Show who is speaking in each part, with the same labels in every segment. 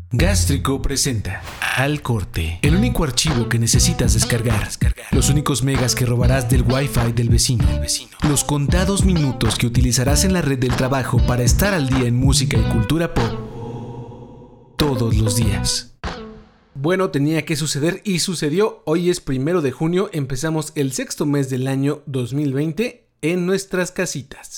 Speaker 1: Gástrico presenta Al Corte, el único archivo que necesitas descargar, los únicos megas que robarás del Wi-Fi del vecino, los contados minutos que utilizarás en la red del trabajo para estar al día en música y cultura pop todos los días. Bueno, tenía que suceder y sucedió. Hoy es 1 de junio, empezamos el sexto mes del año 2020 en nuestras casitas.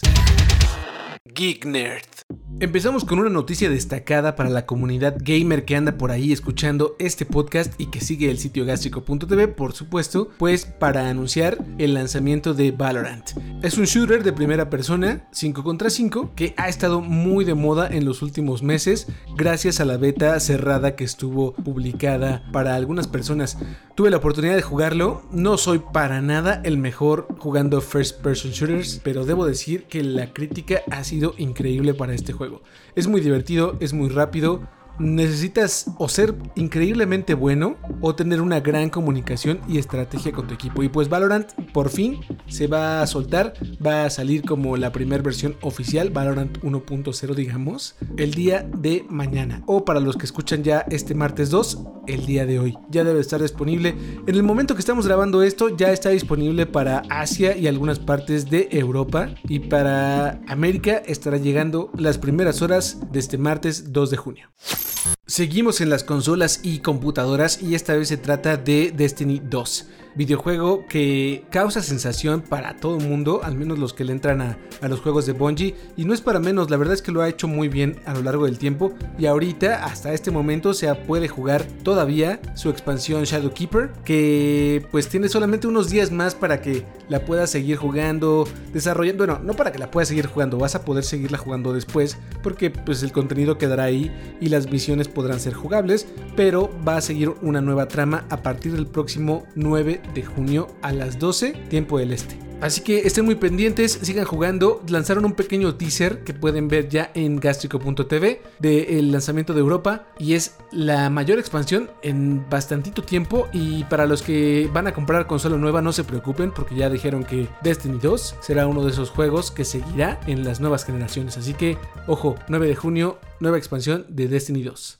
Speaker 1: Geek Nerd. Empezamos con una noticia destacada para la comunidad gamer que anda por ahí escuchando este podcast y que sigue el sitio gástrico.tv, por supuesto, pues para anunciar el lanzamiento de Valorant. Es un shooter de primera persona, 5 contra 5, que ha estado muy de moda en los últimos meses gracias a la beta cerrada que estuvo publicada para algunas personas. Tuve la oportunidad de jugarlo, no soy para nada el mejor jugando first person shooters, pero debo decir que la crítica ha sido increíble para este juego. Es muy divertido, es muy rápido. Necesitas o ser increíblemente bueno o tener una gran comunicación y estrategia con tu equipo. Y pues Valorant por fin se va a soltar, va a salir como la primera versión oficial, Valorant 1.0 digamos, el día de mañana. O para los que escuchan ya este martes 2, el día de hoy. Ya debe estar disponible. En el momento que estamos grabando esto ya está disponible para Asia y algunas partes de Europa. Y para América estará llegando las primeras horas de este martes 2 de junio. Seguimos en las consolas y computadoras y esta vez se trata de Destiny 2, videojuego que causa sensación para todo el mundo, al menos los que le entran a los juegos de Bungie, y no es para menos, la verdad es que lo ha hecho muy bien a lo largo del tiempo y ahorita hasta este momento se puede jugar todavía su expansión Shadowkeeper, que pues tiene solamente unos días más para que la puedas seguir jugando, desarrollando, bueno, no para que la puedas seguir jugando, vas a poder seguirla jugando después porque pues el contenido quedará ahí y las misiones podrán ser jugables, pero va a seguir una nueva trama a partir del próximo 9 de junio a las 12, tiempo del este. Así que estén muy pendientes, sigan jugando. Lanzaron un pequeño teaser que pueden ver ya en gástrico.tv del lanzamiento de Europa y es la mayor expansión en bastantito tiempo. Y para los que van a comprar consola nueva no se preocupen porque ya dijeron que Destiny 2 será uno de esos juegos que seguirá en las nuevas generaciones. Así que ojo, 9 de junio, nueva expansión de Destiny 2.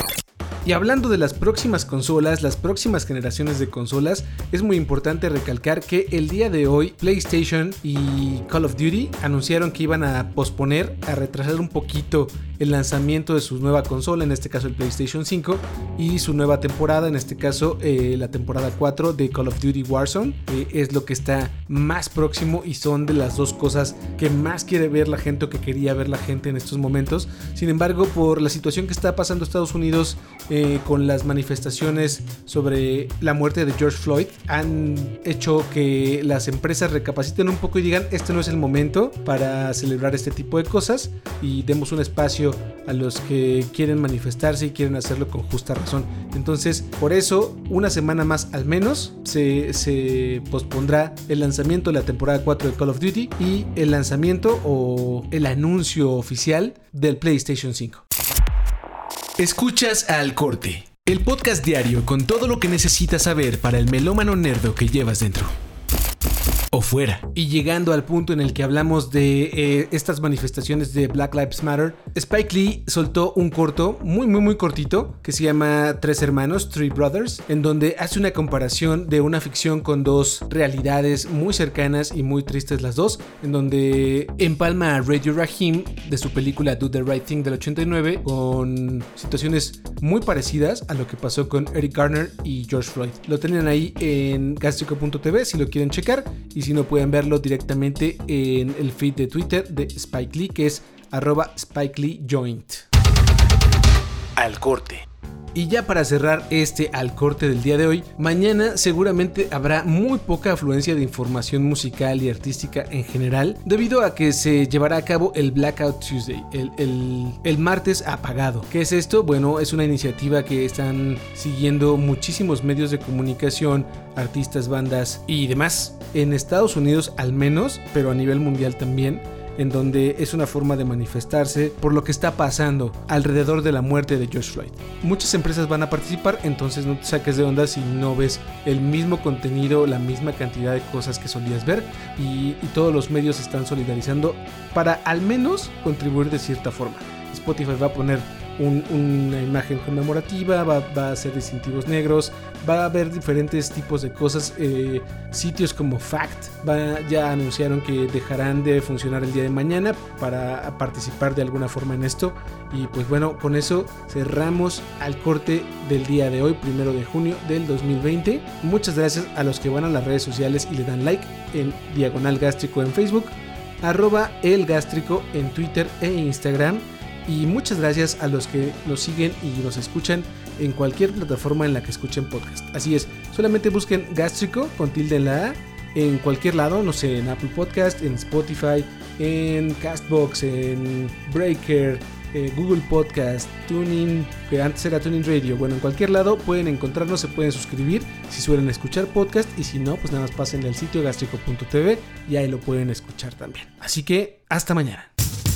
Speaker 1: Y hablando de las próximas consolas, las próximas generaciones de consolas, es muy importante recalcar que el día de hoy PlayStation y Call of Duty anunciaron que iban a posponer, a retrasar un poquito el lanzamiento de su nueva consola, en este caso el PlayStation 5, y su nueva temporada, en este caso la temporada 4 de Call of Duty Warzone, es lo que está más próximo y son de las dos cosas que más quiere ver la gente o que quería ver la gente en estos momentos. Sin embargo, por la situación que está pasando Estados Unidos con las manifestaciones sobre la muerte de George Floyd, han hecho que las empresas recapaciten un poco y digan, este no es el momento para celebrar este tipo de cosas y demos un espacio a los que quieren manifestarse y quieren hacerlo con justa razón. Entonces, por eso, una semana más al menos se pospondrá el lanzamiento de la temporada 4 de Call of Duty y el lanzamiento o el anuncio oficial del PlayStation 5. Escuchas Al Corte, el podcast diario con todo lo que necesitas saber para el melómano nerdo que llevas dentro o fuera. Y llegando al punto en el que hablamos de estas manifestaciones de Black Lives Matter, Spike Lee soltó un corto muy cortito que se llama Tres Hermanos, Three Brothers, en donde hace una comparación de una ficción con dos realidades muy cercanas y muy tristes las dos, en donde empalma a Radio Raheem de su película Do the Right Thing del 89 con situaciones muy parecidas a lo que pasó con Eric Garner y George Floyd. Lo tienen ahí en gástrico.tv si lo quieren checar, y si no pueden verlo directamente en el feed de Twitter de Spike Lee, que es @SpikeLeeJoint. Al Corte. Y ya para cerrar este Al Corte del día de hoy, mañana seguramente habrá muy poca afluencia de información musical y artística en general, debido a que se llevará a cabo el Blackout Tuesday, el martes apagado. ¿Qué es esto? Bueno, es una iniciativa que están siguiendo muchísimos medios de comunicación, artistas, bandas y demás, en Estados Unidos al menos, pero a nivel mundial también, en donde es una forma de manifestarse por lo que está pasando alrededor de la muerte de George Floyd. Muchas empresas van a participar, entonces no te saques de onda si no ves el mismo contenido, la misma cantidad de cosas que solías ver, y todos los medios se están solidarizando para al menos contribuir de cierta forma. Spotify va a poner
Speaker 2: una imagen conmemorativa, va a ser distintivos negros, va a haber diferentes tipos de cosas. Sitios como Fact ya anunciaron que dejarán de funcionar el día de mañana para participar de alguna forma en esto. Y pues bueno, con eso cerramos Al Corte del día de hoy, 1 de junio del 2020. Muchas gracias a los que van a las redes sociales y le dan like en Diagonal Gástrico en Facebook, @elgástrico en Twitter e Instagram. Y muchas gracias a los que nos siguen y nos escuchan en cualquier plataforma en la que escuchen podcast. Así es, solamente busquen Gástrico con tilde en la A en cualquier lado, no sé, en Apple Podcast, en Spotify, en Castbox, en Breaker, Google Podcast, TuneIn, que antes era TuneIn Radio. Bueno, en cualquier lado pueden encontrarnos, se pueden suscribir si suelen escuchar podcast, y si no, pues nada más pasen al sitio gastrico.tv y ahí lo pueden escuchar también. Así que hasta mañana.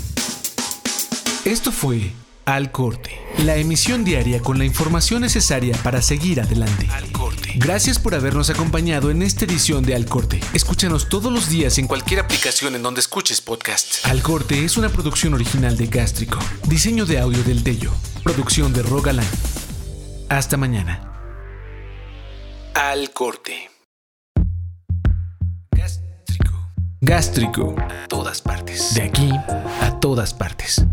Speaker 1: Esto fue Al Corte, la emisión diaria con la información necesaria para seguir adelante. Al Corte. Gracias por habernos acompañado en esta edición de Al Corte. Escúchanos todos los días en cualquier aplicación en donde escuches podcast. Al Corte es una producción original de Gástrico. Diseño de audio del Tello. Producción de Rogalán. Hasta mañana. Al Corte. Gástrico. Gástrico. A todas partes. De aquí a todas partes.